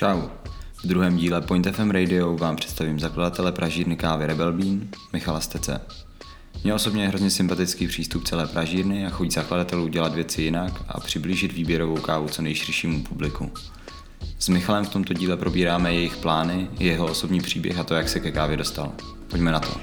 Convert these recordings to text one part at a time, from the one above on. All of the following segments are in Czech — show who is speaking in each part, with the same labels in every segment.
Speaker 1: Čau. V druhém díle Point FM Radio vám představím zakladatele pražírny kávy Rebel Bean, Michala Stece. Mně osobně je hrozně sympatický přístup celé pražírny a chuť zakladatelů dělat věci jinak a přiblížit výběrovou kávu co nejširšímu publiku. S Michalem v tomto díle probíráme jejich plány, jeho osobní příběh a to, jak se ke kávě dostal. Pojďme na to.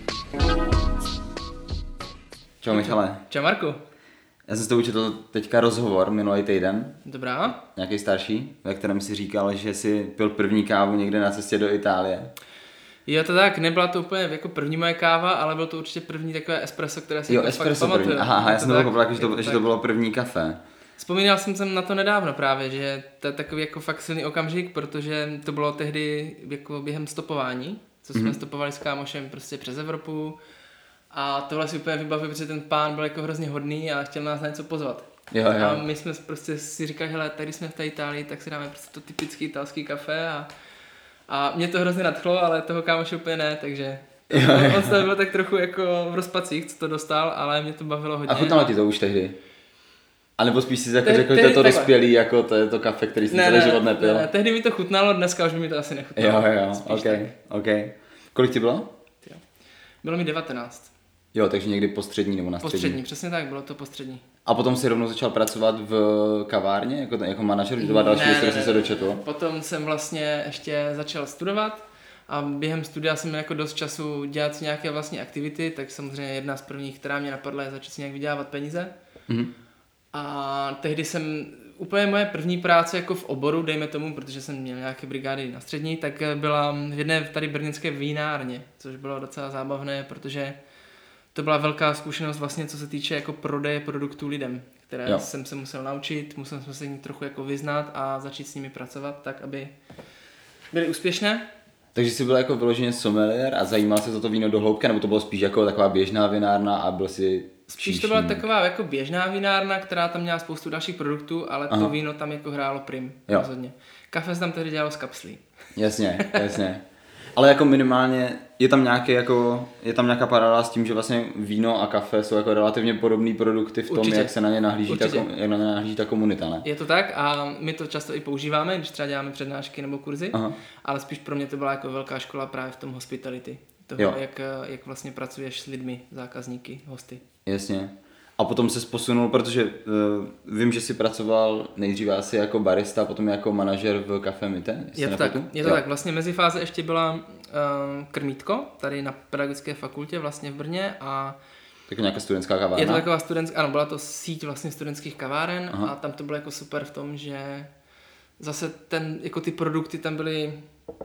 Speaker 1: Čau Michale.
Speaker 2: Čau Marku.
Speaker 1: Já jsem s tebou četl teďka rozhovor minulý týden.
Speaker 2: Dobrá.
Speaker 1: Nějaký starší, ve kterém si říkal, že jsi pil první kávu někde na cestě do Itálie.
Speaker 2: Jo, to tak, nebyla to úplně jako první moje káva, ale byl to určitě první takové espresso, které si
Speaker 1: Jo,
Speaker 2: jako
Speaker 1: espresso
Speaker 2: fakt
Speaker 1: první.
Speaker 2: pamatuju.
Speaker 1: Aha, já jsem to pochopil, že to
Speaker 2: tak.
Speaker 1: bylo první kafe.
Speaker 2: Vzpomínal jsem na to nedávno právě, že to je takový jako fakt silný okamžik, protože to bylo tehdy jako během stopování, co jsme stopovali s kámošem prostě přes Evropu. A tohle si úplně vybavuji, protože ten pán byl jako hrozně hodný a chtěl nás na něco pozvat.
Speaker 1: Jo.
Speaker 2: A my jsme prostě si říkali, hele, tady jsme v té Itálii, tak si dáme prostě to typický italský kafe a mě to hrozně nadchlo, ale toho kámoše úplně ne, takže on se byl tak trochu jako v rozpacích, co to dostal, ale mě to bavilo hodně.
Speaker 1: A chutnalo ti to už tehdy? A nebo spíš si jako řekl, že to je to dospělý, jako to je to kafe, který jsem celý život nepil?
Speaker 2: Ne, tehdy mi to chutnalo, dneska už by mi to asi nechutnalo.
Speaker 1: Jo, ok. Kolik ti bylo?
Speaker 2: Bylo mi 19.
Speaker 1: Jo, takže někdy postřední nebo na střední.
Speaker 2: Postřední, přesně tak, bylo to postřední.
Speaker 1: A potom si rovnou začal pracovat v kavárně, jako manažer, že to byla další věc, které jsem se dočetl.
Speaker 2: Potom jsem vlastně ještě začal studovat a během studia jsem měl jako dost času dělat si nějaké vlastní aktivity, tak samozřejmě jedna z prvních, která mě napadla, je začít si nějak vydělávat peníze. Mm-hmm. A tehdy jsem, úplně moje první práce jako v oboru, dejme tomu, protože jsem měl nějaké brigády na střední, tak byla v jedné tady brněnské vínárně, což bylo docela zábavné, protože to byla velká zkušenost vlastně, co se týče jako prodeje produktů lidem, které jsem se musel naučit, musel jsem se jim trochu jako vyznat a začít s nimi pracovat tak, aby byly úspěšné.
Speaker 1: Takže jsi byl jako vyloženě sommelier a zajímal se za to víno do hloubky, nebo to bylo spíš jako taková běžná vinárna a byl si
Speaker 2: Spíš to byla taková jako běžná vinárna, která tam měla spoustu dalších produktů, ale to víno tam jako hrálo prim, rozhodně. Kafe se tam tehdy dělalo z kapslí.
Speaker 1: Jasně. Ale jako minimálně je tam nějaká paralela s tím, že vlastně víno a kafe jsou jako relativně podobné produkty v tom,
Speaker 2: Určitě.
Speaker 1: jak se na ně nahlíží ta komunita, ne?
Speaker 2: Je to tak a my to často i používáme, když třeba děláme přednášky nebo kurzy, ale spíš pro mě to byla jako velká škola právě v tom hospitality. Toho, jak vlastně pracuješ s lidmi, zákazníky, hosty.
Speaker 1: Jasně. A potom se posunul, protože vím, že jsi pracoval nejdříve asi jako barista a potom jako manažer v Café Mite.
Speaker 2: Je to tak. Vlastně mezifáze ještě byla krmítko, tady na pedagogické fakultě vlastně v Brně a
Speaker 1: jako nějaká studentská kavárna.
Speaker 2: Je to taková studentská, ano, byla to síť vlastně studentských kaváren a tam to bylo jako super v tom, že zase jako ty produkty tam byly,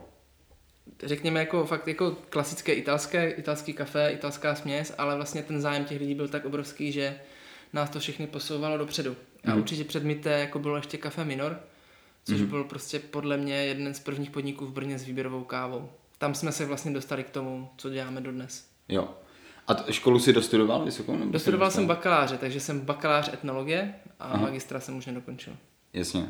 Speaker 2: řekněme jako fakt jako klasické italský kafe, italská směs, ale vlastně ten zájem těch lidí byl tak obrovský, že nás to všechny posouvalo dopředu. A určitě před Mite jako bylo ještě Café Minor, což byl prostě podle mě jeden z prvních podniků v Brně s výběrovou kávou. Tam jsme se vlastně dostali k tomu, co děláme dodnes. Jo.
Speaker 1: A školu si dostudoval vysokou?
Speaker 2: Dostudoval jsem bakaláře, takže jsem bakalář etnologie a magistra jsem už nedokončil.
Speaker 1: Jasně.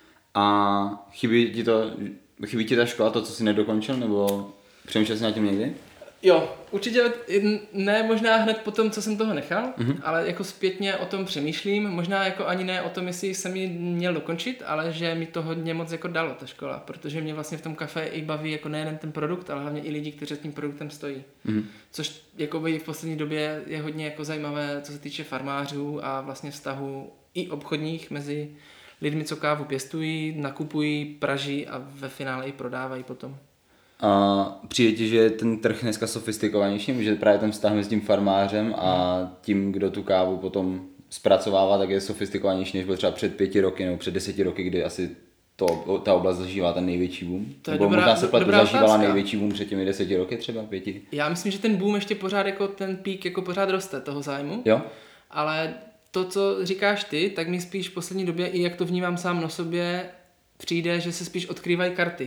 Speaker 1: A chybí ti ta škola, to, co jsi nedokončil, nebo přemýšlel jsi na tím někdy?
Speaker 2: Jo, určitě ne možná hned po tom, co jsem toho nechal, ale jako zpětně o tom přemýšlím, možná jako ani ne o tom, jestli jsem ji měl dokončit, ale že mi to hodně moc jako dalo ta škola, protože mě vlastně v tom kafe i baví jako nejen ten produkt, ale hlavně i lidi, kteří s tím produktem stojí. Což jako by v poslední době je hodně jako zajímavé, co se týče farmářů a vlastně vztahu i obchodních mezi lidmi, co kávu pěstují, nakupují, praží a ve finále i prodávají potom.
Speaker 1: A přijde ti, že je ten trh dneska sofistikovanější, že právě ten vztah mezi tím farmářem a tím, kdo tu kávu potom zpracovává, tak je sofistikovanější, než byl třeba před 5 roky nebo před 10 roky, kdy asi ta oblast zažívá ten největší boom.
Speaker 2: Nebo
Speaker 1: možná se zažívala největší boom před těmi 10 roky, třeba 5.
Speaker 2: Já myslím, že ten boom ještě pořád jako ten pík jako pořád roste toho zájmu.
Speaker 1: Jo.
Speaker 2: Ale to, co říkáš ty, tak mi spíš v poslední době, i jak to vnímám sám na sobě, přijde, že se spíš odkrývají karty.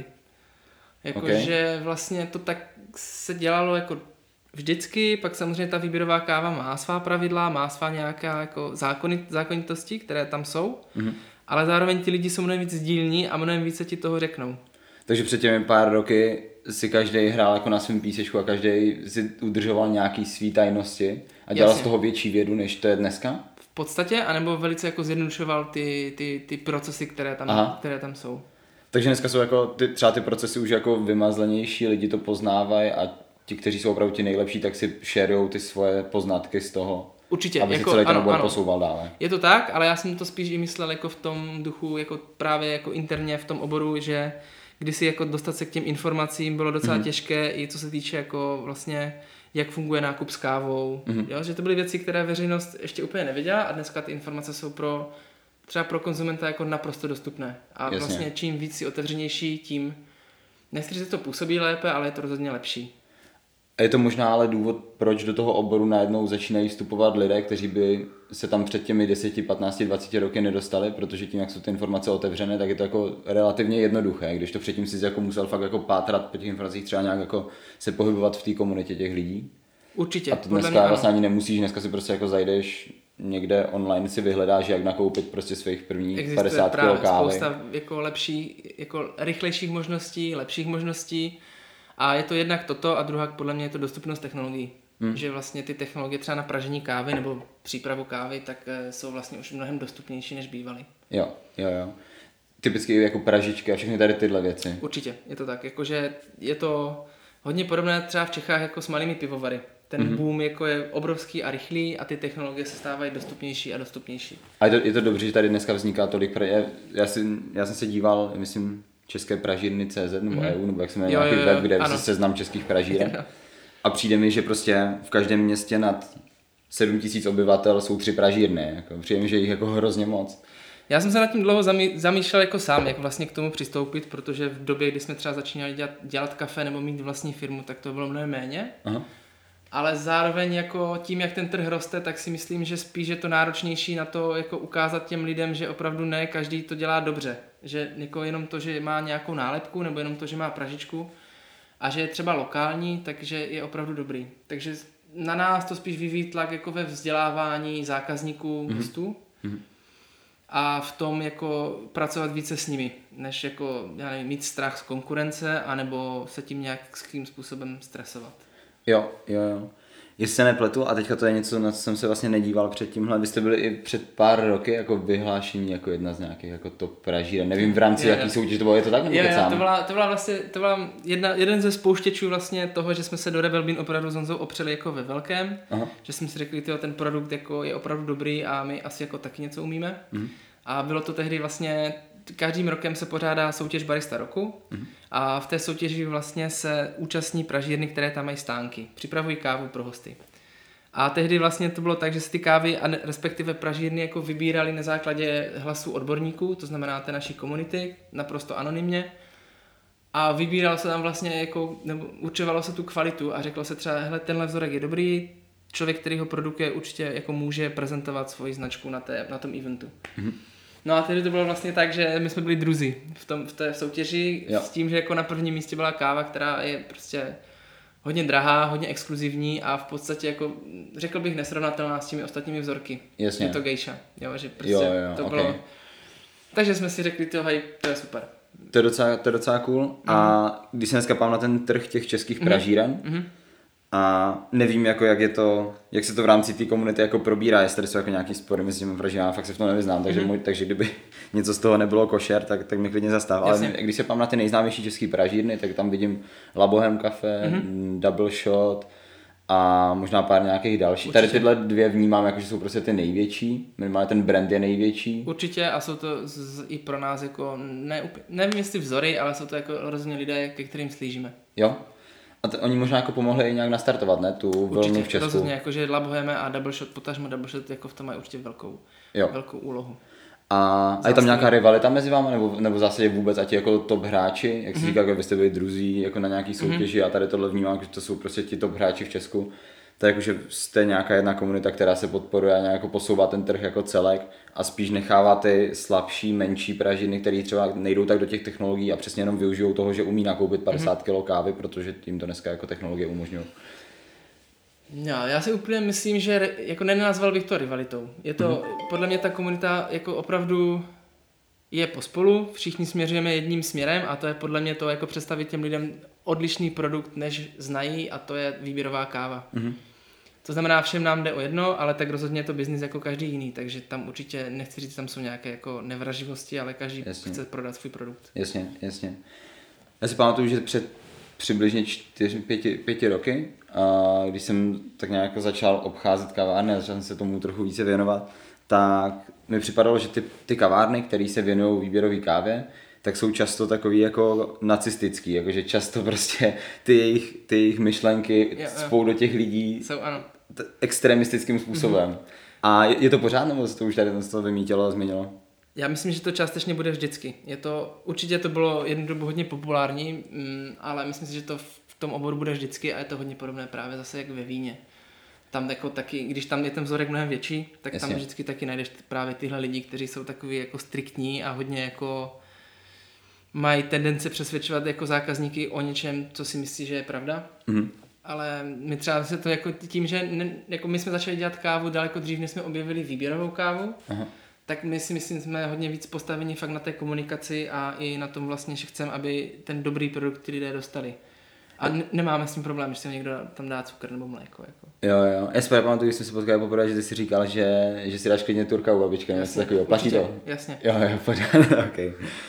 Speaker 2: Že vlastně to tak se dělalo jako vždycky, pak samozřejmě ta výběrová káva má svá pravidla, má svá nějaká jako zákonitosti, které tam jsou, ale zároveň ti lidi jsou mnohem víc sdílní a mnohem více ti toho řeknou.
Speaker 1: Takže před těmi pár roky si každý hrál jako na svém písečku a každý si udržoval nějaký svý tajnosti a dělal z toho větší vědu, než to je dneska?
Speaker 2: V podstatě, anebo velice jako zjednodušoval ty procesy, které tam jsou.
Speaker 1: Takže dneska jsou jako třeba ty procesy už jako vymazlenější, lidi to poznávají a ti, kteří jsou opravdu ti nejlepší, tak si šerujou ty svoje poznatky z toho.
Speaker 2: Určitě,
Speaker 1: aby
Speaker 2: jako,
Speaker 1: si celý ten obor posouval dále.
Speaker 2: Je to tak, ale já jsem to spíš i myslel jako v tom duchu, jako právě jako interně v tom oboru, že kdysi jako dostat se k těm informacím bylo docela těžké, i co se týče jako vlastně, jak funguje nákup s kávou. Jo? Že to byly věci, které veřejnost ještě úplně nevěděla a dneska ty informace jsou třeba pro konzumenta jako naprosto dostupné. A
Speaker 1: Jasně.
Speaker 2: vlastně čím víc si otevřenější, tím, nechci říct, že to působí lépe, ale je to rozhodně lepší.
Speaker 1: A je to možná ale důvod, proč do toho oboru najednou začínají vstupovat lidé, kteří by se tam před těmi 10, 15, 20 roky nedostali, protože tím, jak jsou ty informace otevřené, tak je to jako relativně jednoduché, když to předtím si jako musel fakt jako pátrat po těch informacích, třeba nějak jako se pohybovat v té komunitě těch lidí.
Speaker 2: Určitě.
Speaker 1: A to dneska vlastně ani nemusíš, dneska si prostě jako zajdeš někde online, si vyhledáš, jak nakoupit prostě svých prvních
Speaker 2: existuje
Speaker 1: 50 kg kávy.
Speaker 2: Spousta jako jako rychlejších možností, lepších možností. A je to jednak toto a druhá podle mě je to dostupnost technologií. Že vlastně ty technologie třeba na pražení kávy nebo přípravu kávy tak jsou vlastně už mnohem dostupnější, než bývaly.
Speaker 1: Jo. Typicky jako pražičky a všechny tady tyhle věci.
Speaker 2: Určitě, je to tak. Jakože je to hodně podobné třeba v Čechách jako s malými pivovary. Ten boom jako je obrovský a rychlý a ty technologie se stávají dostupnější a dostupnější.
Speaker 1: A je to dobře, že tady dneska vzniká tolik. Já jsem se díval, myslím, České pražírny CZ nebo EU, nebo jak se jmenuje nějaký web, kde se seznam českých pražíren. A přijde mi, že prostě v každém městě nad 7 000 obyvatel jsou 3 pražírny. Jako, přijde mi, že jich jako hrozně moc.
Speaker 2: Já jsem se nad tím dlouho zamýšlel jako sám, jak vlastně k tomu přistoupit, protože v době, kdy jsme třeba začínali dělat kafe nebo mít vlastní firmu, tak to bylo mnohem méně. Aha. Ale zároveň jako tím, jak ten trh roste, tak si myslím, že spíš je to náročnější na to jako ukázat těm lidem, že opravdu ne každý to dělá dobře. Že jako jenom to, že má nějakou nálepku nebo jenom to, že má pražičku a že je třeba lokální, takže je opravdu dobrý. Takže na nás to spíš vyvíjí tlak jako ve vzdělávání zákazníků, hostů a v tom jako pracovat více s nimi, než jako já nevím, mít strach z konkurence anebo se tím nějakým způsobem stresovat.
Speaker 1: Jo. Jestli se nepletu, a teďka to je něco, na co jsem se vlastně nedíval před tímhle, vy jste byli i před pár roky jako vyhlášení jako jedna z nějakých jako top pražíren, nevím v rámci jaký soutěž to bylo, je to tak nebo kecám?
Speaker 2: To byla jeden ze spouštěčů vlastně toho, že jsme se do Rebel Bean opravdu s Honzou opřeli jako ve velkém, že jsme si řekli, ten produkt jako je opravdu dobrý a my asi jako taky něco umíme. A bylo to tehdy vlastně, každým rokem se pořádá soutěž Barista roku a v té soutěži vlastně se účastní pražírny, které tam mají stánky. Připravují kávu pro hosty. A tehdy vlastně to bylo tak, že se ty kávy a respektive pražírny jako vybírali na základě hlasů odborníků, to znamená té naší komunity, naprosto anonymně. A vybíralo se tam vlastně jako, nebo určovalo se tu kvalitu a řeklo se třeba, hele, tenhle vzorek je dobrý, člověk, který ho produkuje, určitě jako může prezentovat svoji značku na tom eventu. No a tedy to bylo vlastně tak, že my jsme byli druzí v té soutěži s tím, že jako na prvním místě byla káva, která je prostě hodně drahá, hodně exkluzivní a v podstatě jako řekl bych nesrovnatelná s těmi ostatními vzorky.
Speaker 1: Jasně.
Speaker 2: Je to geisha, jo, že prostě to bylo. Takže jsme si řekli, to je super.
Speaker 1: To je docela cool. A když se dneska pám na ten trh těch českých pražíren, a nevím, jako jak se to v rámci té komunity jako probírá, jestli tady jsou jako nějaký spory mezi těmi pražírnami, fakt se v tom nevyznám, takže kdyby něco z toho nebylo košer, tak mi klidně zastav. Ale když se pám na ty nejznámější české pražírny, tak tam vidím La Bohème Café, Double Shot a možná pár nějakých dalších. Určitě. Tady tyhle dvě vnímám, jako, že jsou prostě ty největší, minimálně ten brand je největší.
Speaker 2: Určitě a jsou to i pro nás jako, nevím jestli vzory, ale jsou to jako rozhodně lidé, ke kterým slížíme.
Speaker 1: Jo. A oni možná jako pomohli i nějak nastartovat, ne, tu vlnu v Česku.
Speaker 2: Určitě, rozhodně, jakože La Bohème a Double Shot, potažmo Double Shot jako v tom mají určitě velkou úlohu.
Speaker 1: A je tam nějaká rivalita mezi váma, nebo v zásadě vůbec, ať jako top hráči, jak si říká, jako byste byli druzí jako na nějaký soutěži a tady tohle vnímám, že to jsou prostě ti top hráči v Česku. To je jako, že jste nějaká jedna komunita, která se podporuje a nějak jako posouvá ten trh jako celek a spíš nechává ty slabší, menší pražiny, které třeba nejdou tak do těch technologií a přesně jenom využijou toho, že umí nakoupit 50 kg kávy, protože tím to dneska jako technologie umožňují.
Speaker 2: Já si úplně myslím, že jako nenazval bych to rivalitou. Je to, podle mě ta komunita jako opravdu je pospolu, všichni směřujeme jedním směrem a to je podle mě to jako představit těm lidem odlišný produkt, než znají a to je výběrová káva. To znamená, všem nám jde o jedno, ale tak rozhodně je to biznis jako každý jiný, takže tam určitě, nechci říct, tam jsou nějaké jako nevraživosti, ale každý chce prodat svůj produkt.
Speaker 1: Jasně. Já si pamatuju, že před přibližně 4-5 roky, když jsem tak nějak začal obcházet kavárny a začal jsem se tomu trochu více věnovat, tak mi připadalo, že ty kavárny, které se věnují výběrové kávě, tak jsou často takový jako nacistický, jakože často prostě ty jejich myšlenky spou do těch lidí extremistickým způsobem. A je to pořád, nebo se to už tady to vymítilo a změnilo?
Speaker 2: Já myslím, že to částečně bude vždycky. Určitě to bylo jednu dobu hodně populární, ale myslím si, že to v tom oboru bude vždycky a je to hodně podobné právě zase jak ve víně. Tam jako taky, když tam je ten vzorek mnohem větší, tak tam vždycky taky najdeš právě tyhle lidi, kteří jsou takový jako striktní a hodně jako mají tendence přesvědčovat jako zákazníky o něčem, co si myslí, že je pravda. Mm-hmm. Ale my třeba se to jako tím, že jako my jsme začali dělat kávu daleko dřív, než jsme objevili výběrovou kávu, aha, tak my si myslím, jsme hodně víc postaveni fakt na té komunikaci a i na tom vlastně, že chceme, aby ten dobrý produkt ty lidé dostali. A nemáme s tím problém, že si někdo tam dá cukr nebo mléko. Jako.
Speaker 1: Jo. Já si pamatuju, když jsme se potkali poprvé, že ty si říkal, že si dáš klidně turka u babičky, něco takového. Platí to?
Speaker 2: Jasně.
Speaker 1: Jo, pořád, okay.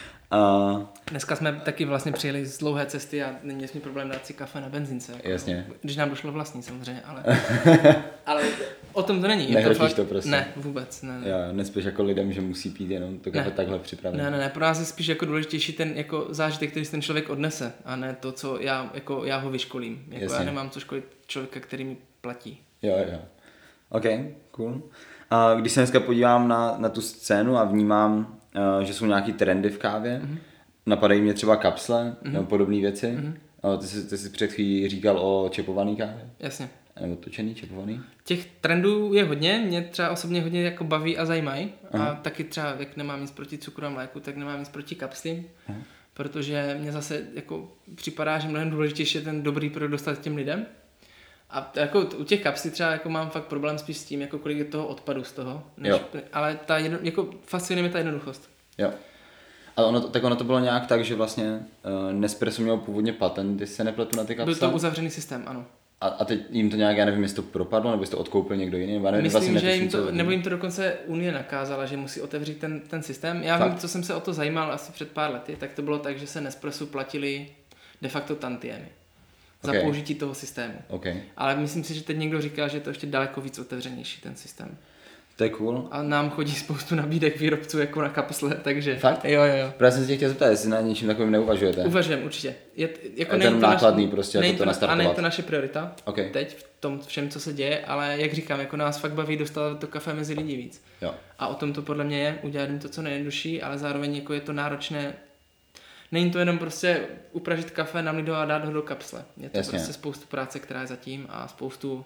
Speaker 2: Dneska jsme taky vlastně přijeli z dlouhé cesty a neměli jsme problém dát si kafe na benzínce. Jako,
Speaker 1: jasně.
Speaker 2: Když nám došlo vlastní samozřejmě, ale o tom to není.
Speaker 1: Nehrotíš to prostě?
Speaker 2: Ne, vůbec. Ne.
Speaker 1: Jo, nespíš jako lidem, že musí pít jenom to kafe takhle připravené.
Speaker 2: Ne, pro nás je spíš jako důležitější ten jako zážitek, který si ten člověk odnese a ne to, co já ho vyškolím. Jako já nemám co školit člověka, který mi platí.
Speaker 1: Jo. OK, cool. A když se dneska podívám na tu scénu a vnímám, že jsou nějaký trendy v kávě, napadají mě třeba kapsle nebo podobné věci. Ty jsi před chvílí říkal o čepovaný kávě.
Speaker 2: Jasně.
Speaker 1: Nebo točený, čepovaný.
Speaker 2: Těch trendů je hodně, mě třeba osobně hodně jako baví a zajímají. A taky třeba, jak nemám nic proti cukru a mléku, tak nemám nic proti kapslím. Protože mě zase jako připadá, že mnohem důležitější je ten dobrý produkt dostat těm lidem. A jako u těch kapslí třeba jako mám fakt problém spíš s tím, jako kolik je toho odpadu z toho. Ale jako fascinuje mě ta jednoduchost.
Speaker 1: Jo. Ale ono to bylo nějak tak, že vlastně Nespresso měl původně patent, když se nepletu na ty kapsle.
Speaker 2: Byl to uzavřený systém, ano.
Speaker 1: A teď jim to nějak, já nevím, jestli to propadlo, nebo jestli to odkoupil někdo jiný.
Speaker 2: Myslím, vlastně že jim to dokonce Unie nakázala, že musí otevřít ten systém. Já vím, co jsem se o to zajímal asi před pár lety, tak to bylo tak, že se Nespresso platili de facto tantiemy za použití toho systému.
Speaker 1: Okay.
Speaker 2: Ale myslím si, že teď někdo říká, že je to ještě daleko víc otevřenější ten systém.
Speaker 1: To je cool.
Speaker 2: A nám chodí spoustu nabídek výrobců jako na kapsle, takže...
Speaker 1: Fakt?
Speaker 2: Jo.
Speaker 1: Právě jsem se tě chtěl zeptat, jestli na něčím takovým neuvažujete.
Speaker 2: Uvažujeme určitě.
Speaker 1: Jako ten nákladný prostě, jako to nastartovat.
Speaker 2: A není to naše priorita,
Speaker 1: okay,
Speaker 2: teď v tom všem, co se děje, ale jak říkám, jako nás fakt baví dostat to kafe mezi lidi víc.
Speaker 1: Jo.
Speaker 2: A o tom to podle mě je, udělat jim to co nejjednodušší, ale zároveň jako je to náročné. Není to jenom prostě upražit kafe, namlít ho a dát ho do kapsle. Je to prostě spoustu práce, která je zatím a spoustu,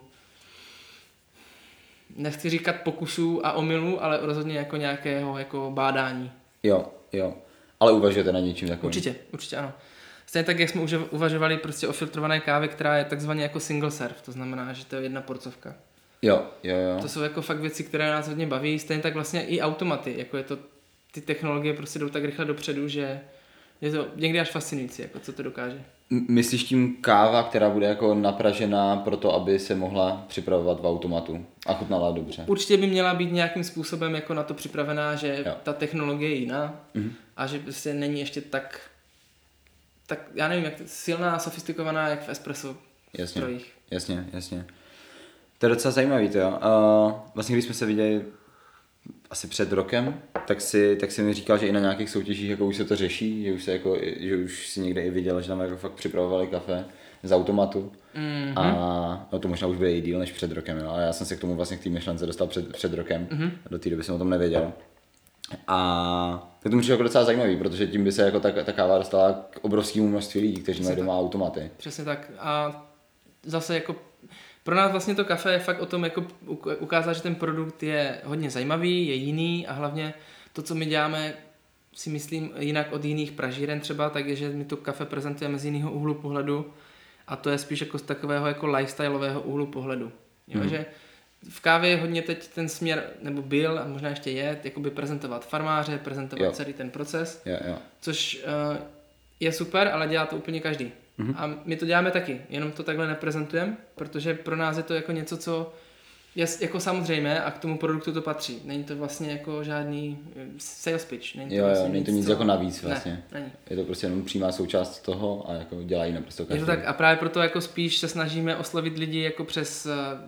Speaker 2: nechci říkat pokusů a omylů, ale rozhodně jako nějakého jako bádání.
Speaker 1: Jo. Ale uvažujete na něčím takovým?
Speaker 2: Určitě ano. Stejně tak, jak jsme uvažovali prostě o filtrované kávě, která je takzvaně jako single serve, to znamená, že to je jedna porcovka.
Speaker 1: Jo.
Speaker 2: To jsou jako fakt věci, které nás hodně baví, stejně tak vlastně i automaty, jako je to, ty technologie prostě jdou tak rychle dopředu, že je to někdy až fascinující, jako co to dokáže.
Speaker 1: Myslíš tím káva, která bude jako napražená pro to, aby se mohla připravovat v automatu a chutnala dobře? Určitě
Speaker 2: by měla být nějakým způsobem jako na to připravená, že ta technologie je jiná a že prostě není ještě tak já nevím, jak silná, sofistikovaná, jak v espresso strojích.
Speaker 1: Jasně. To je docela zajímavý to, jo. Vlastně když jsme se viděli asi před rokem, tak si mi říkal, že i na nějakých soutěžích jako už se to řeší, že už si někde i viděl, že tam jako fakt připravovali kafe z automatu. A to možná už bude i díl než před rokem, jo. Ale já jsem se k tomu vlastně k té myšlence dostal před rokem. Do té doby jsem o tom nevěděl. A to mi přišlo jako docela zajímavý, protože tím by se jako ta káva dostala k obrovskému množství lidí, kteří mají doma automaty.
Speaker 2: Přesně tak. A zase jako pro nás vlastně to kafe je fakt o tom jako ukázat, že ten produkt je hodně zajímavý, je jiný a hlavně to, co my děláme, si myslím jinak od jiných pražíren třeba, tak je, že my to kafe prezentujeme z jiného úhlu pohledu a to je spíš jako z takového jako lifestyleového úhlu pohledu. Že v kávě je hodně teď ten směr, nebo byl a možná ještě je, jakoby prezentovat farmáře, prezentovat celý ten proces, což je super, ale dělá to úplně každý. A my to děláme taky, jenom to takhle neprezentujeme, protože pro nás je to jako něco, co je jako samozřejmé a k tomu produktu to patří. Není to vlastně jako žádný sales pitch.
Speaker 1: Není to nic jako navíc vlastně.
Speaker 2: Ne, není.
Speaker 1: Je to prostě jenom přímá součást toho a jako dělají naprosto každý.
Speaker 2: Je to tak a právě proto jako spíš se snažíme oslovit lidi jako přes,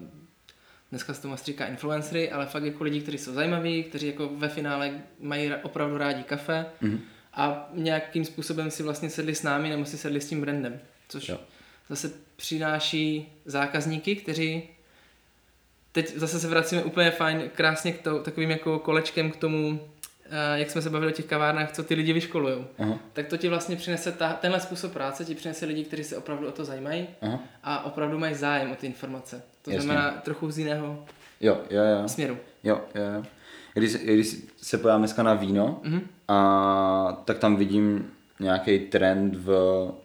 Speaker 2: dneska se tomu říká influencery, ale fakt jako lidi, kteří jsou zajímaví, kteří jako ve finále mají opravdu rádi kafe a nějakým způsobem si vlastně sedli s námi nebo si sedli s tím brandem, což zase přináší zákazníky, kteří teď zase se vracíme úplně fajn, krásně takovým jako kolečkem k tomu, jak jsme se bavili o těch kavárnách, co ty lidi vyškolujou. Tak to ti vlastně přinese, tenhle způsob práce ti přinese lidi, kteří se opravdu o to zajímají a opravdu mají zájem o ty informace. To znamená trochu z jiného směru.
Speaker 1: Jo. Když se podívám dneska na víno, tak tam vidím nějaký trend v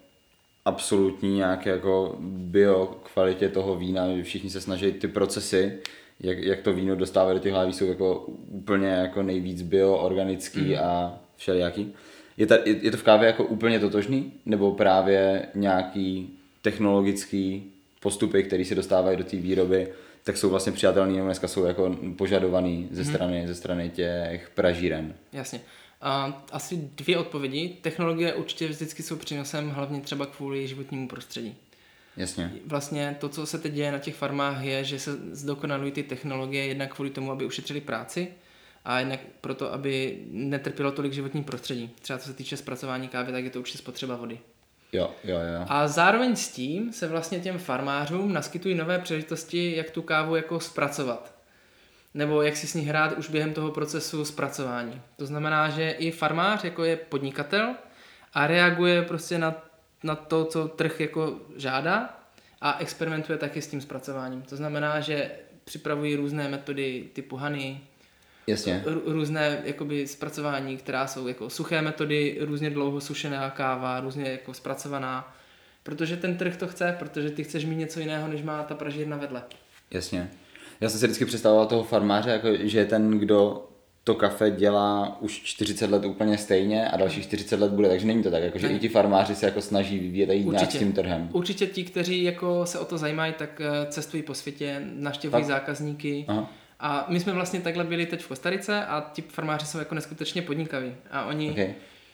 Speaker 1: absolutní nějaké jako bio kvalitě toho vína, všichni se snaží ty procesy, jak to víno dostávají do těch hlaví, jsou jako úplně jako nejvíc bio, organický a všelijaký. Je to v kávě jako úplně totožný, nebo právě nějaký technologický postupy, které se dostávají do té výroby, tak jsou vlastně přijatelný, nebo dneska jsou jako požadovaný ze strany těch pražíren?
Speaker 2: Jasně. Asi 2 odpovědi. Technologie určitě vždycky jsou přínosem, hlavně třeba kvůli životnímu prostředí.
Speaker 1: Jasně.
Speaker 2: Vlastně to, co se teď děje na těch farmách, je, že se zdokonalují ty technologie jednak kvůli tomu, aby ušetřili práci a jednak proto, aby netrpělo tolik životní prostředí. Třeba co se týče zpracování kávy, tak je to určitě spotřeba vody.
Speaker 1: Jo.
Speaker 2: A zároveň s tím se vlastně těm farmářům naskytují nové příležitosti, jak tu kávu jako zpracovat. Nebo jak si s ní hrát už během toho procesu zpracování. To znamená, že i farmář jako je podnikatel a reaguje prostě na to, co trh jako žádá a experimentuje taky s tím zpracováním. To znamená, že připravují různé metody typu honey,
Speaker 1: Jasně.
Speaker 2: Různé jakoby zpracování, která jsou jako suché metody, různě dlouho sušená káva, různě jako zpracovaná. Protože ten trh to chce, protože ty chceš mít něco jiného, než má ta pražírna vedle.
Speaker 1: Jasně. Já jsem si vždycky představoval toho farmáře, jako, že je ten, kdo to kafe dělá už 40 let úplně stejně a dalších 40 let bude, takže není to tak, jako, že i ti farmáři se jako snaží vyvíjet a jít nějak s tím trhem.
Speaker 2: Určitě ti, kteří jako se o to zajímají, tak cestují po světě, navštěvují zákazníky.
Speaker 1: Aha.
Speaker 2: A my jsme vlastně takhle byli teď v Kostarice a ti farmáři jsou jako neskutečně podnikaví. A oni...
Speaker 1: Okay.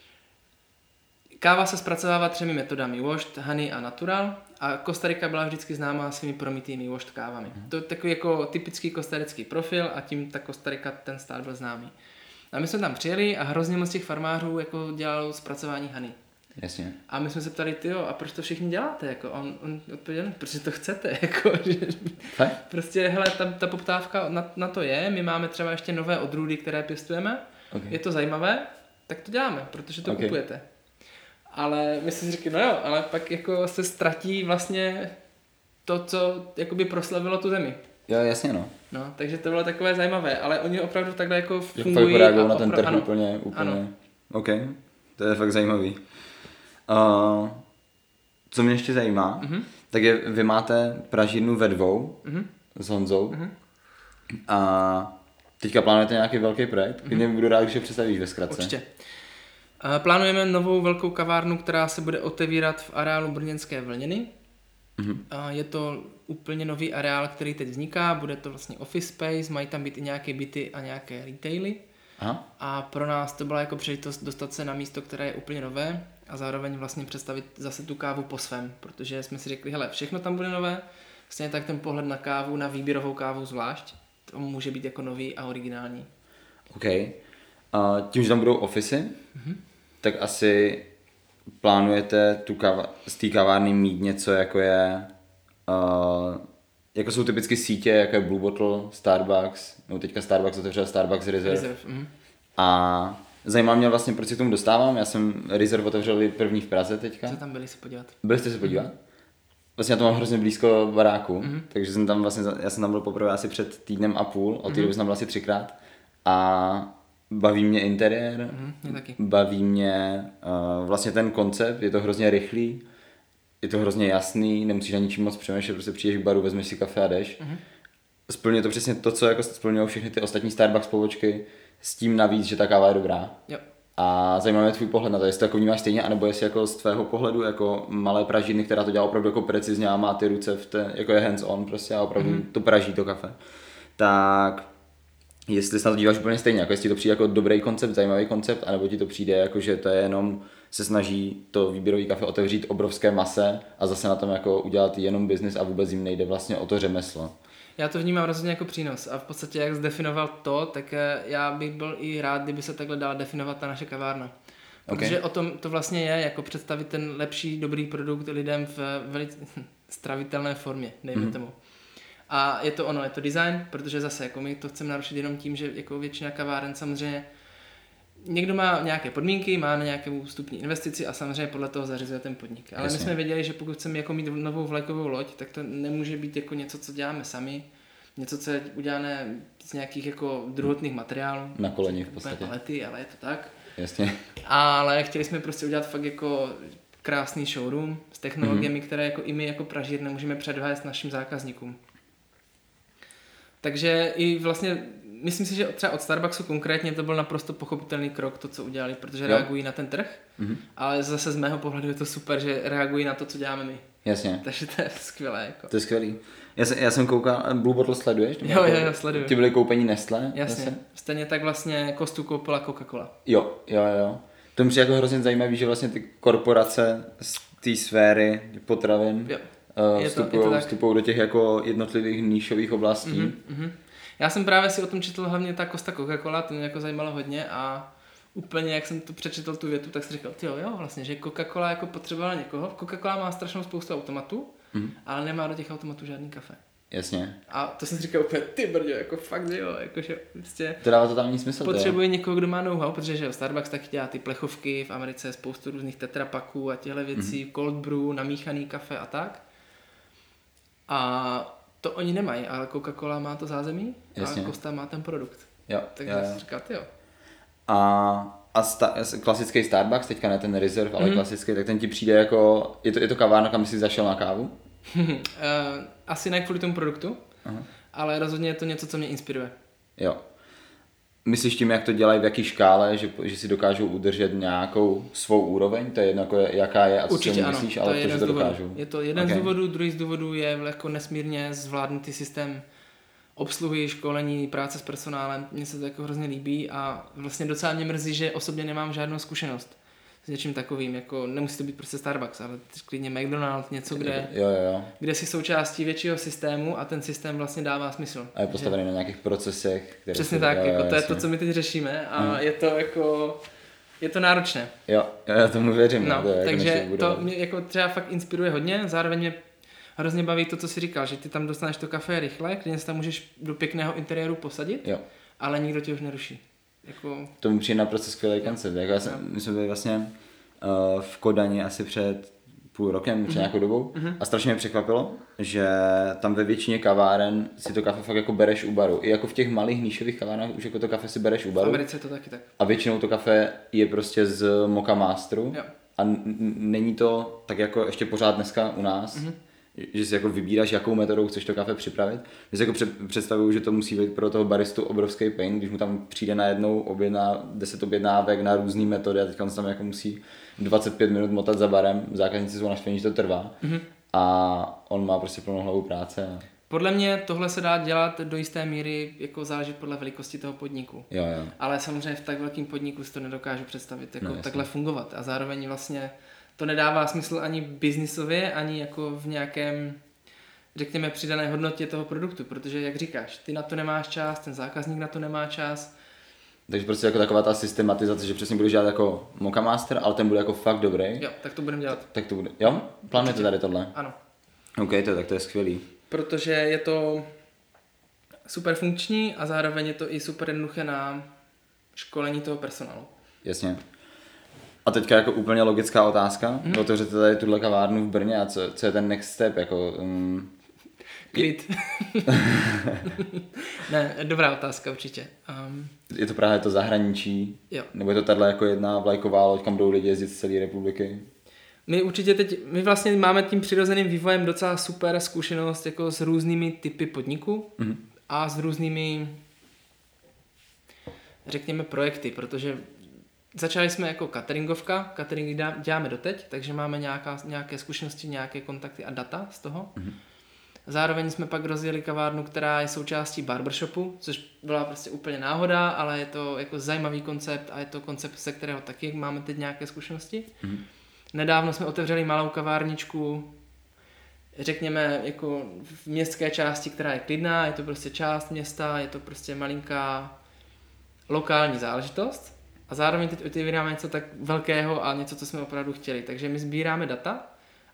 Speaker 2: Káva se zpracovává 3 metodami, washed, honey a natural a Kostarika byla vždycky známá svými promitými washed kávami. To je takový jako typický kostarický profil a tím ta Kostarika, ten stát byl známý. A my jsme tam přijeli a hrozně moc těch farmářů jako dělalo zpracování honey.
Speaker 1: Jasně.
Speaker 2: A my jsme se ptali, a proč to všichni děláte? Jako, on odpověděl, protože to chcete. Jako, že, prostě, hele, ta poptávka na to je, my máme třeba ještě nové odrůdy, které pěstujeme, je to zajímavé, tak to děláme, protože to kupujete. Ale my si řekli, no jo, ale pak jako se ztratí vlastně to, co jakoby proslavilo tu zemi.
Speaker 1: Jo, jasně
Speaker 2: No, takže to bylo takové zajímavé, ale oni opravdu takhle jako fungují.
Speaker 1: Fakt reagují na ten trh úplně.
Speaker 2: Ano.
Speaker 1: OK, to je fakt zajímavý. Co mě ještě zajímá, tak je, vy máte pražírnu ve 2 s Honzou a teďka plánujete nějaký velký projekt, klidně budu rád, když je představíš ve zkratce.
Speaker 2: Určitě. Plánujeme novou velkou kavárnu, která se bude otevírat v areálu brněnské Vlněny. Je to úplně nový areál, který teď vzniká, bude to vlastně office space, mají tam být i nějaké byty a nějaké retaily.
Speaker 1: Aha.
Speaker 2: A pro nás to byla jako příležitost dostat se na místo, které je úplně nové a zároveň vlastně představit zase tu kávu po svém, protože jsme si řekli, hele, všechno tam bude nové, stejně tak ten pohled na kávu, na výběrovou kávu zvlášť, to může být jako nový a originální.
Speaker 1: OK. Tím, že tam budou ofisy, tak asi plánujete z té kavárny mít něco, jako je, jako jsou typicky sítě, jako je Blue Bottle, Starbucks, no teďka Starbucks otevřel Starbucks Reserve. A zajímá mě vlastně, proč se k tomu dostávám, já jsem Reserve otevřel první v Praze teďka.
Speaker 2: Co tam byli se podívat?
Speaker 1: Byli jste se podívat? Vlastně já to mám hrozně blízko baráku, takže jsem tam vlastně, já jsem tam byl poprvé asi před 1,5 týdnem, od té doby jsem tam byl asi 3krát a baví mě interiér, baví mě vlastně ten koncept, je to hrozně rychlý, je to hrozně jasný, nemusíš na ničím moc přemýšlet, prostě přijdeš k baru, vezmeš si kafe a jdeš. Splňuje to přesně to, co jako splňují všechny ty ostatní Starbucks pobočky, s tím navíc, že ta káva je dobrá.
Speaker 2: Jo.
Speaker 1: A zajímá mě tvůj pohled na to, jestli to jako vnímáš stejně, anebo jestli jako z tvého pohledu jako malé pražírny, která to dělá opravdu jako precizně a má ty ruce jako je hands on prostě a opravdu to praží to kafe. Tak jestli se na to díváš úplně stejně, jako jestli ti to přijde jako dobrý koncept, zajímavý koncept, anebo ti to přijde jako, že to je jenom se snaží to výběrový kafe otevřít obrovské mase a zase na tom jako udělat jenom business a vůbec jim nejde vlastně o to řemeslo.
Speaker 2: Já to vnímám rozhodně jako přínos a v podstatě jak zdefinoval to, tak já bych byl i rád, kdyby se takhle dala definovat ta naše kavárna. Protože o tom to vlastně je, jako představit ten lepší, dobrý produkt lidem v velice stravitelné formě, dejme tomu. A je to ono, je to design, protože zase jako my to chceme narušit jenom tím, že jako většina kaváren samozřejmě někdo má nějaké podmínky, má na nějakou vstupní investici a samozřejmě podle toho zařizuje ten podnik. Ale my jsme věděli, že pokud chceme jako mít novou vlajkovou loď, tak to nemůže být jako něco, co děláme sami, něco, co je udělané z nějakých jako druhotných materiálů.
Speaker 1: Na koleni v podstatě.
Speaker 2: Palety, ale je to tak.
Speaker 1: Jasně.
Speaker 2: Ale chtěli jsme prostě udělat fakt jako krásný showroom s technologiemi, které jako i my jako pražírny můžeme předvést našim zákazníkům. Takže i vlastně, myslím si, že třeba od Starbucksu konkrétně to byl naprosto pochopitelný krok, to, co udělali, protože reagují na ten trh, ale zase z mého pohledu je to super, že reagují na to, co děláme my.
Speaker 1: Jasně.
Speaker 2: Takže to je skvělé. Jako.
Speaker 1: To je skvělý. Já jsem koukal, Blue Bottle sleduješ?
Speaker 2: Jo, sleduju.
Speaker 1: Ty byly koupení Nestlé?
Speaker 2: Jasně,
Speaker 1: zase?
Speaker 2: Stejně tak vlastně Kostu koupila Coca-Cola.
Speaker 1: Jo. To mi přijde jako hrozně zajímavý, že vlastně ty korporace z té sféry potravin vstupují do těch jako jednotlivých níšových oblastí.
Speaker 2: Já jsem právě si o tom četl hlavně ta Costa Coca-Cola, to mě jako zajímalo hodně a úplně jak jsem to přečetl tu větu, tak jsem říkal, jo, vlastně, že Coca-Cola jako potřebovala někoho. Coca-Cola má strašnou spoustu automatů, ale nemá do těch automatů žádný kafe.
Speaker 1: Jasně.
Speaker 2: A to jsem si říkal úplně, ty brdě, jako fakt, jo, jakože prostě
Speaker 1: to dává totální smysl.
Speaker 2: Potřebuje někoho, kdo má know-how, protože že Starbucks taky dělá ty plechovky, v Americe je spoustu různých tetrapaků a těchto věcí, cold brew, namíchaný kafe a tak. A to oni nemají, ale Coca-Cola má to zázemí. Jasně. A Costa má ten produkt. Takže jsem říkal, jo.
Speaker 1: A klasický Starbucks, teďka ne ten Reserve, ale klasický, tak ten ti přijde jako, je to kavárna, kam jsi zašel na kávu?
Speaker 2: Asi ne kvůli tomu produktu, ale rozhodně je to něco, co mě inspiruje.
Speaker 1: Jo. Myslíš tím, jak to dělají, v jaký škále, že si dokážou udržet nějakou svou úroveň? To je jedno, jako jaká je a co si myslíš, ale to, že to dokážou.
Speaker 2: Je to jeden z důvodů, druhý z důvodů je jako nesmírně zvládnutý systém obsluhy, školení, práce s personálem. Mně se to jako hrozně líbí a vlastně docela mě mrzí, že osobně nemám žádnou zkušenost s něčím takovým, jako nemusí to být prostě Starbucks, ale klidně McDonald's, něco, kde si součástí většího systému a ten systém vlastně dává smysl. A
Speaker 1: je postavený na nějakých procesech.
Speaker 2: Přesně tak, jako to je to, co my teď řešíme a je to náročné.
Speaker 1: Jo, já tomu věřím.
Speaker 2: No, takže to mě jako třeba fakt inspiruje hodně, zároveň mě hrozně baví to, co jsi říkal, že ty tam dostaneš to kafe rychle, klidně se tam můžeš do pěkného interiéru posadit, ale nikdo tě už neruší. Jako...
Speaker 1: To mi přijde naprosto skvělý koncept. Jako my jsme byli vlastně v Kodani asi před půl rokem, před nějakou dobou a strašně mě překvapilo, že tam ve většině kaváren si to kafe fakt jako bereš u baru. I jako v těch malých níšových kavárnách už jako to kafe si bereš u baru.
Speaker 2: V Americe to taky tak.
Speaker 1: A většinou to kafe je prostě z Moka Masteru. A není to tak jako ještě pořád dneska u nás, že si jako vybíráš, jakou metodou chceš to kafe připravit. Já si jako představuju, že to musí být pro toho baristu obrovský pain, když mu tam přijde najednou 10 objednávek na různý metody a teď on se tam jako musí 25 minut motat za barem, zákazníci jsou naštvaní, že to trvá a on má prostě plnou hlavu práce.
Speaker 2: Podle mě tohle se dá dělat do jisté míry, jako záleží podle velikosti toho podniku.
Speaker 1: Jo.
Speaker 2: Ale samozřejmě v tak velkém podniku si to nedokážu představit, jako takhle fungovat a zároveň vlastně to nedává smysl ani biznisově, ani jako v nějakém, řekněme, přidané hodnotě toho produktu, protože jak říkáš, ty na to nemáš čas, ten zákazník na to nemá čas.
Speaker 1: Takže prostě jako taková ta systematizace, že přesně budeš dělat jako Moka Master, ale ten bude jako fakt dobrý.
Speaker 2: Jo, tak to budeme dělat.
Speaker 1: Tak to bude, jo? Plánujete tady tohle?
Speaker 2: Ano.
Speaker 1: OK, tak to je skvělý.
Speaker 2: Protože je to super funkční a zároveň je to i super jednoduché na školení toho personálu.
Speaker 1: Jasně. A teďka jako úplně logická otázka. Otevřete tady tuhle kavárnu v Brně a co je ten next step? Jako,
Speaker 2: Klid. Ne, dobrá otázka určitě.
Speaker 1: Je to právě to zahraničí?
Speaker 2: Jo.
Speaker 1: Nebo je to tahle jako jedna vlajková loď, kam jdou lidi jezdit z celé republiky?
Speaker 2: My vlastně máme tím přirozeným vývojem docela super zkušenost jako s různými typy podniků a s různými, řekněme, projekty, protože začali jsme jako cateringovka, catering děláme doteď, takže máme nějaké zkušenosti, nějaké kontakty a data z toho. Zároveň jsme pak rozjeli kavárnu, která je součástí barbershopu, což byla prostě úplně náhoda, ale je to jako zajímavý koncept a je to koncept, se kterého taky máme teď nějaké zkušenosti. Nedávno jsme otevřeli malou kavárničku, řekněme jako v městské části, která je klidná, je to prostě část města, je to prostě malinká lokální záležitost a zároveň teď otevíráme něco tak velkého a něco, co jsme opravdu chtěli. Takže my sbíráme data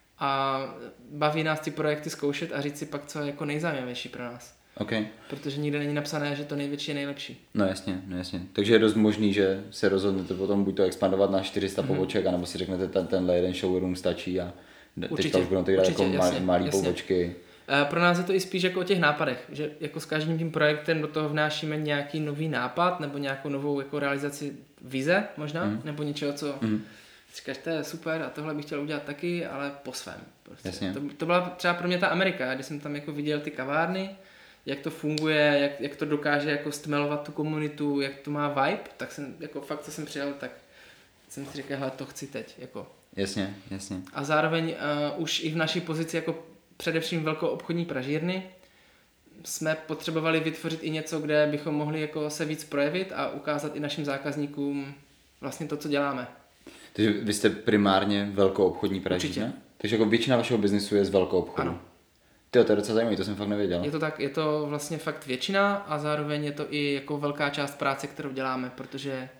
Speaker 2: a baví nás ty projekty zkoušet a říct si pak, co je jako nejzajímavější pro nás.
Speaker 1: Okay.
Speaker 2: Protože nikde není napsané, že to největší je nejlepší.
Speaker 1: No jasně. Takže je dost možný, že se rozhodnete potom buď to expandovat na 400 poboček, anebo si řeknete, tenhle jeden showroom stačí a teďka už budou dělat jako malý pobočky.
Speaker 2: Pro nás je to i spíš jako o těch nápadech, že jako s každým tím projektem do toho vnášíme nějaký nový nápad nebo nějakou novou jako realizaci vize možná, nebo něčeho, co říkáš, to je super a tohle bych chtěl udělat taky, ale po svém. Prostě. To byla třeba pro mě ta Amerika, když jsem tam jako viděl ty kavárny, jak to funguje, jak to dokáže jako stmelovat tu komunitu, jak to má vibe, tak jsem jako fakt, co jsem přijel, tak jsem si říkal, hele, to chci teď. Jako.
Speaker 1: Jasně.
Speaker 2: A zároveň už i v naší pozici jako především velkou obchodní pražírny jsme potřebovali vytvořit i něco, kde bychom mohli jako se víc projevit a ukázat i našim zákazníkům vlastně to, co děláme.
Speaker 1: Takže vy jste primárně velkou obchodní pražírna?
Speaker 2: Určitě.
Speaker 1: Takže jako většina vašeho biznisu je z velkou obchodu?
Speaker 2: Ano.
Speaker 1: To je docela zajímavé, to jsem fakt nevěděl.
Speaker 2: Je to tak, je to vlastně fakt většina a zároveň je to i jako velká část práce, kterou děláme, protože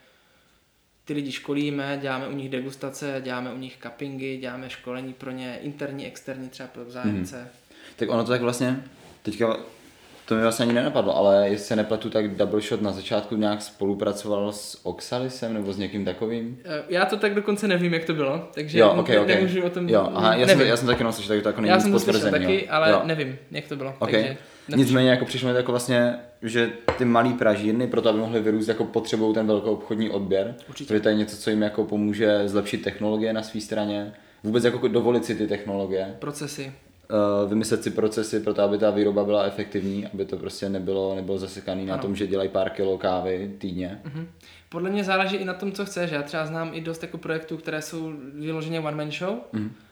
Speaker 2: ty lidi školíme, děláme u nich degustace, děláme u nich cuppingy, děláme školení pro ně, interní, externí třeba pro zájemce.
Speaker 1: Tak ono to tak vlastně, teďka to mi vlastně ani nenapadlo, ale jestli se nepletu, tak Double Shot na začátku nějak spolupracoval s Oxalisem nebo s někým takovým?
Speaker 2: Já to tak dokonce nevím, jak to bylo, takže nemůžu o tom
Speaker 1: já jsem taky slyšel, takže to jako není
Speaker 2: já jsem to
Speaker 1: slyšel
Speaker 2: taky, ale nevím, jak to bylo.
Speaker 1: Okay.
Speaker 2: Takže
Speaker 1: nicméně jako přišlo mi jako vlastně, že ty malý pražírny, proto aby mohly vyrůst, jako potřebují ten velkou obchodní odběr.
Speaker 2: Určitě.
Speaker 1: Protože to je něco, co jim jako pomůže zlepšit technologie na své straně, vůbec jako dovolit si ty technologie.
Speaker 2: Procesy.
Speaker 1: Vymyslet si procesy pro to, aby ta výroba byla efektivní, aby to prostě nebylo zasekaný na tom, že dělají pár kilo kávy týdně.
Speaker 2: Podle mě záleží i na tom, co chceš. Já třeba znám i dost jako projektů, které jsou vyloženě one man show,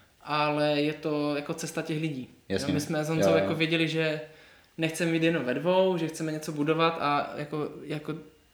Speaker 2: ale je to jako cesta těch lidí.
Speaker 1: Jasně.
Speaker 2: My jsme s Honzou jako věděli, že nechceme být jenom ve dvou, že chceme něco budovat a jako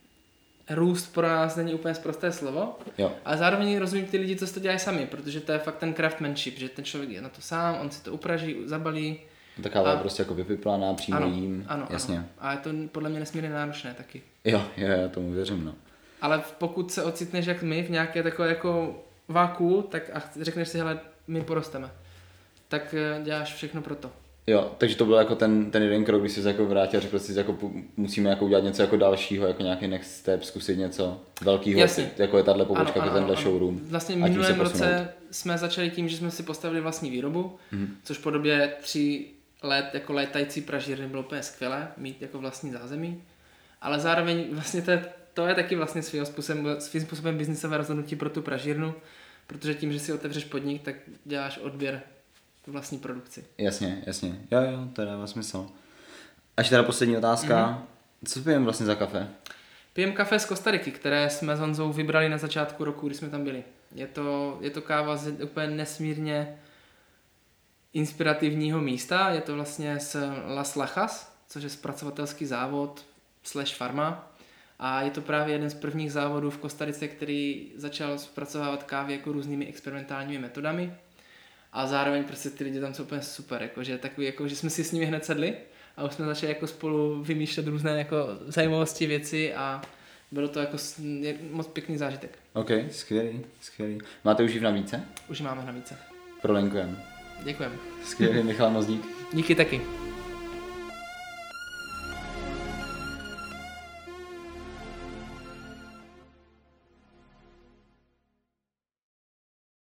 Speaker 2: růst pro nás není úplně sprosté slovo. A zároveň rozumím ty lidi, co si to dělají sami, protože to je fakt ten craftsmanship, že ten člověk je na to sám, on si to upraží, zabalí.
Speaker 1: Ta káva je prostě jako vypiplaná, přímo jím.
Speaker 2: Ano. A je to podle mě nesmírně náročné taky.
Speaker 1: Jo, já tomu věřím, no.
Speaker 2: Ale pokud se ocitneš jak my v nějaké takové jako váku, tak a řekneš si, hele, my porosteme, tak děláš všechno pro to.
Speaker 1: Jo, takže to byl jako ten jeden krok, když jsi se jako vrátil a řekl jsi, jako musíme jako udělat něco jako dalšího, jako nějaký next step, zkusit něco velkého, jako je tato pobočka, jako tenhle showroom.
Speaker 2: Vlastně v minulém roce jsme začali tím, že jsme si postavili vlastní výrobu, což po době 3 let jako létající pražírny bylo úplně skvělé, mít jako vlastní zázemí, ale zároveň vlastně to je taky vlastně svým způsobem biznisové rozhodnutí pro tu pražírnu, protože tím, že si otevřeš podnik, tak děláš odběr vlastní produkci.
Speaker 1: Jasně. Jo, to dává smysl. Až teda poslední otázka. Co pijeme vlastně za kafe?
Speaker 2: Pijeme kafe z Kostariky, které jsme s Honzou vybrali na začátku roku, když jsme tam byli. Je to káva z úplně nesmírně inspirativního místa. Je to vlastně z Las Lajas, což je zpracovatelský závod / farma. A je to právě jeden z prvních závodů v Kostarice, který začal zpracovávat kávy jako různými experimentálními metodami. A zároveň prostě ty lidi tam jsou úplně super, jakože takový, jako, že jsme si s nimi hned sedli a už jsme začali jako spolu vymýšlet různé jako zajímavosti, věci a bylo to jako moc pěkný zážitek.
Speaker 1: OK, skvělý. Máte už ji v nabídce?
Speaker 2: Už ji máme v nabídce.
Speaker 1: Prolinkujeme.
Speaker 2: Děkujeme.
Speaker 1: Skvělý, Michal, moc dík.
Speaker 2: Díky taky.